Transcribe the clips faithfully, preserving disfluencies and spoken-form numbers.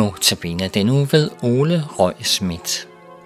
Notabene den uge ved Ole Røg Schmidt.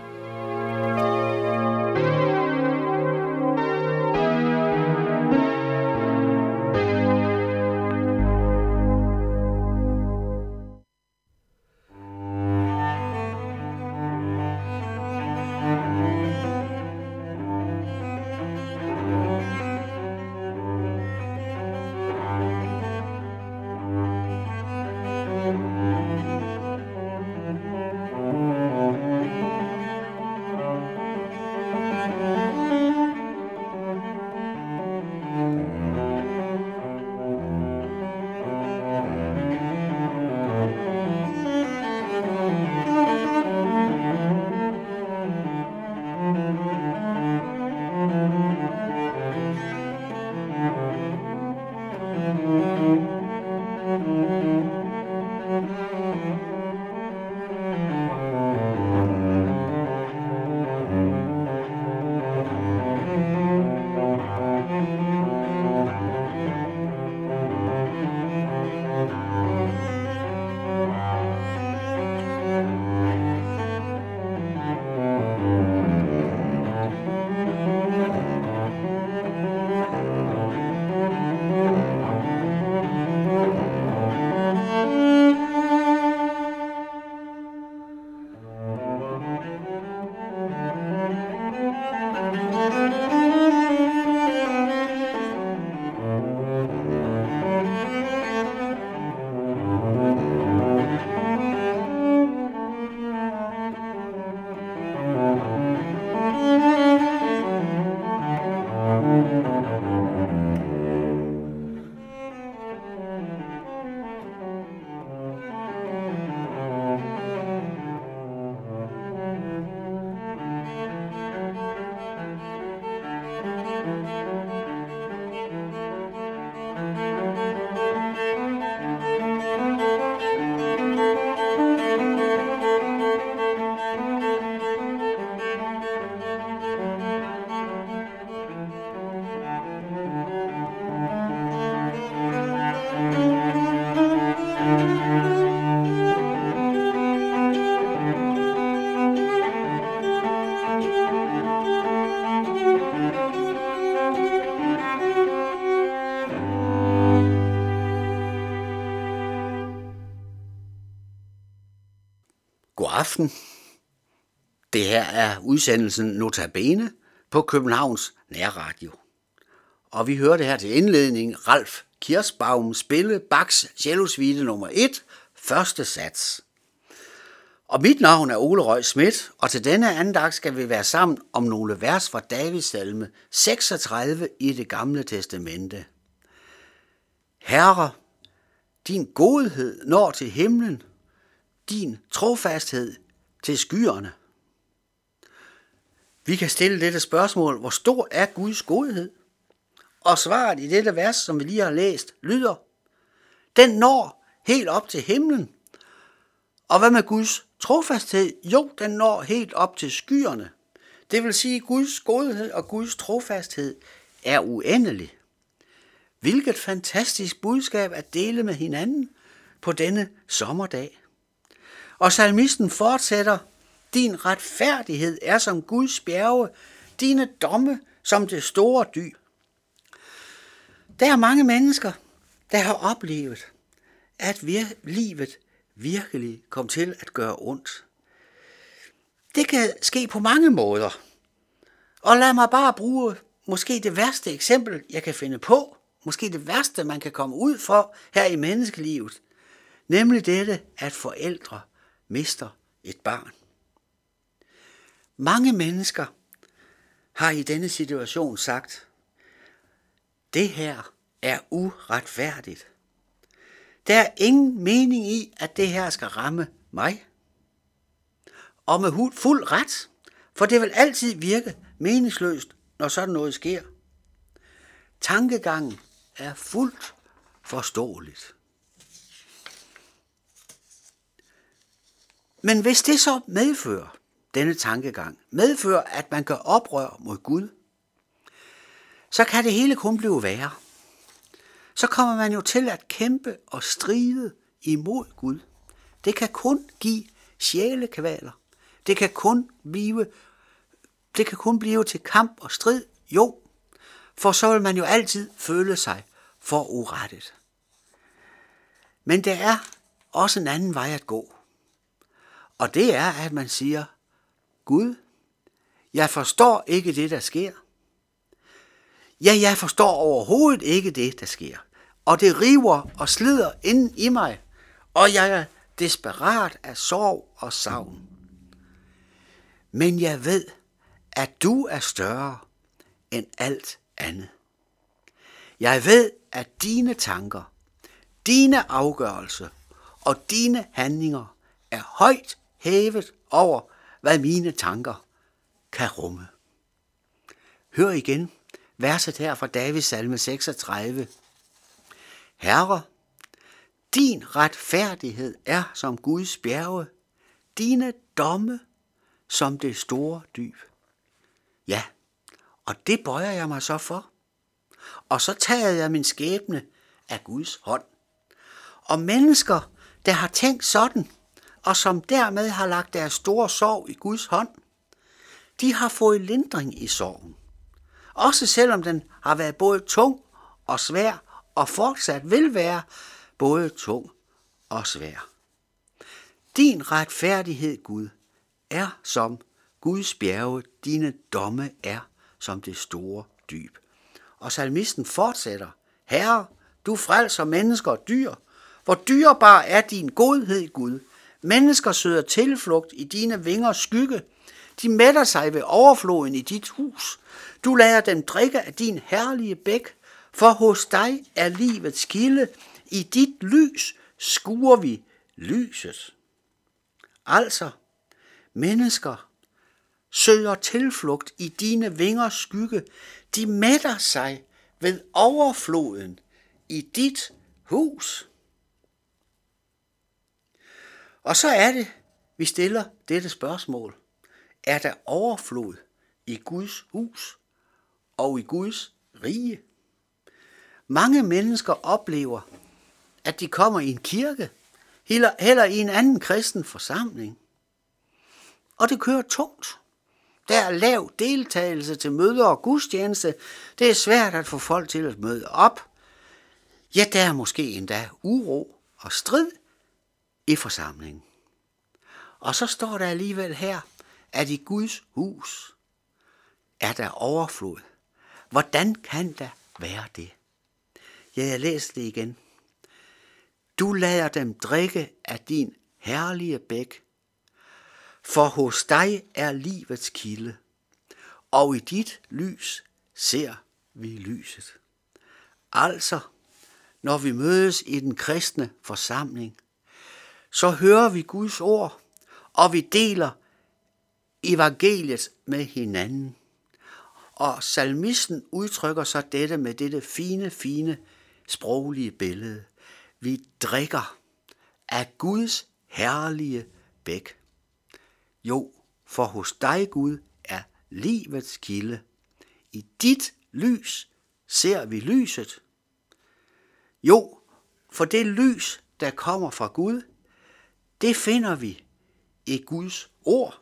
God aften. Det her er udsendelsen Notabene på Københavns Nærradio. Og vi hørte her til indledning Ralf Kirschbaum spille Bachs cellosuite nummer et, første sats. Og mit navn er Ole Røg Schmidt, og til denne andagt skal vi være sammen om nogle vers fra Davids salme seksogtredive i Det Gamle Testamente. Herre, din godhed når til himlen, din trofasthed til skyerne. Vi kan stille dette spørgsmål: hvor stor er Guds godhed? Og svaret i dette vers, som vi lige har læst, lyder: den når helt op til himlen. Og hvad med Guds trofasthed? Jo, den når helt op til skyerne. Det vil sige, at Guds godhed og Guds trofasthed er uendelig. Hvilket fantastisk budskab at dele med hinanden på denne sommerdag. Og salmisten fortsætter: din retfærdighed er som Guds bjerge, dine domme som det store dyb. Der er mange mennesker, der har oplevet, at vir- livet virkelig kom til at gøre ondt. Det kan ske på mange måder. Og lad mig bare bruge måske det værste eksempel, jeg kan finde på. Måske det værste, man kan komme ud for her i menneskelivet. Nemlig dette, at forældre mister et barn. Mange mennesker har i denne situation sagt: det her er uretfærdigt. Der er ingen mening i, at det her skal ramme mig. Og med fuld ret, for det vil altid virke meningsløst, når sådan noget sker. Tankegangen er fuldt forståeligt. Men hvis det så medfører, denne tankegang, medfører, at man gør oprør mod Gud, så kan det hele kun blive værre. Så kommer man jo til at kæmpe og stride imod Gud. det kan kun give sjælekvaler. Det kan kun blive, det kan kun blive til kamp og strid, jo, for så vil man jo altid føle sig for urettet. Men der er også en anden vej at gå. Og det er, at man siger, Gud, jeg forstår ikke det, der sker. Ja, jeg forstår overhovedet ikke det, der sker. Og det river og slider inden i mig, og jeg er desperat af sorg og savn. Men jeg ved, at du er større end alt andet. Jeg ved, at dine tanker, dine afgørelser og dine handlinger er højt hævet over, hvad mine tanker kan rumme. Hør igen verset her fra Davids salme seksogtredive. Herre, din retfærdighed er som Guds bjerge, dine domme som det store dyb. Ja, og det bøjer jeg mig så for. Og så tager jeg min skæbne af Guds hånd. Og mennesker, der har tænkt sådan, og som dermed har lagt deres store sorg i Guds hånd, de har fået lindring i sorgen. Også selvom den har været både tung og svær, og fortsat vil være både tung og svær. Din retfærdighed, Gud, er som Guds bjerge, dine domme er som det store dyb. Og salmisten fortsætter, Herre, du frelser mennesker og dyr. Hvor dyrebar er din godhed, Gud. Mennesker søger tilflugt i dine vingers skygge. De mætter sig ved overfloden i dit hus. Du lader dem drikke af din herlige bæk, for hos dig er livets kilde. I dit lys skuer vi lyset. Altså, mennesker søger tilflugt i dine vingers skygge. De mætter sig ved overfloden i dit hus. Og så er det, vi stiller dette spørgsmål. Er der overflod i Guds hus og i Guds rige? Mange mennesker oplever, at de kommer i en kirke, eller i en anden kristen forsamling. Og det kører tungt. Der er lav deltagelse til møder og gudstjeneste. Det er svært at få folk til at møde op. Ja, der er måske endda uro og strid i forsamlingen. Og så står der alligevel her, at i Guds hus er der overflod. Hvordan kan der være det? Ja, jeg læser det igen. Du lader dem drikke af din herlige bæk, for hos dig er livets kilde, og i dit lys ser vi lyset. Altså, når vi mødes i den kristne forsamling, så hører vi Guds ord, og vi deler evangeliet med hinanden. Og salmisten udtrykker så dette med dette fine, fine sproglige billede. Vi drikker af Guds herlige bæk. Jo, for hos dig, Gud, er livets kilde. I dit lys ser vi lyset. Jo, for det lys, der kommer fra Gud, det finder vi i Guds ord.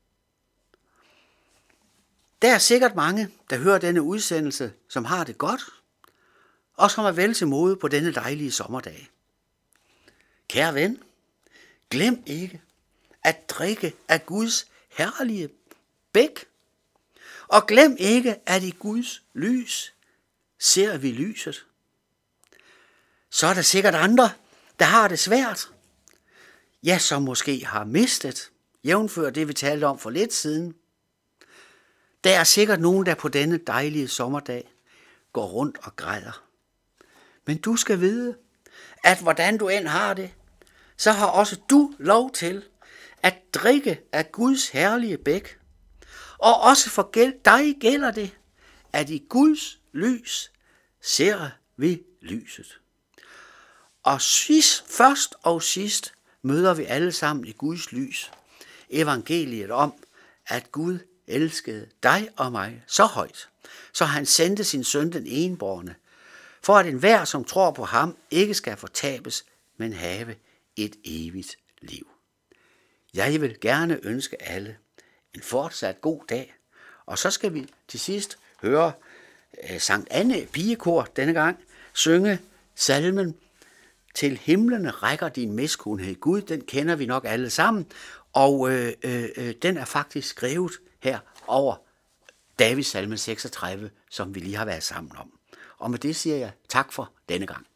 Der er sikkert mange, der hører denne udsendelse, som har det godt, og som er vel til mode på denne dejlige sommerdag. Kære ven, glem ikke at drikke af Guds herlige bæk, og glem ikke, at i Guds lys ser vi lyset. Så er der sikkert andre, der har det svært, ja, som måske har mistet, jævnfør det vi talte om for lidt siden. Der er sikkert nogen, der på denne dejlige sommerdag går rundt og græder. Men du skal vide, at hvordan du end har det, så har også du lov til at drikke af Guds herlige bæk. Og også for dig gælder det, at i Guds lys ser vi lyset. Og sidst, først og sidst møder vi alle sammen i Guds lys evangeliet om, at Gud elskede dig og mig så højt, så han sendte sin søn den enbårne, for at enhver, som tror på ham, ikke skal fortabes, men have et evigt liv. Jeg vil gerne ønske alle en fortsat god dag, og så skal vi til sidst høre eh, Sankt Anne Pigekor denne gang synge salmen Til himlene rækker din miskundhed Gud. Den kender vi nok alle sammen, og øh, øh, den er faktisk skrevet her over Davids salme seksogtredive, som vi lige har været sammen om. Og med det siger jeg tak for denne gang.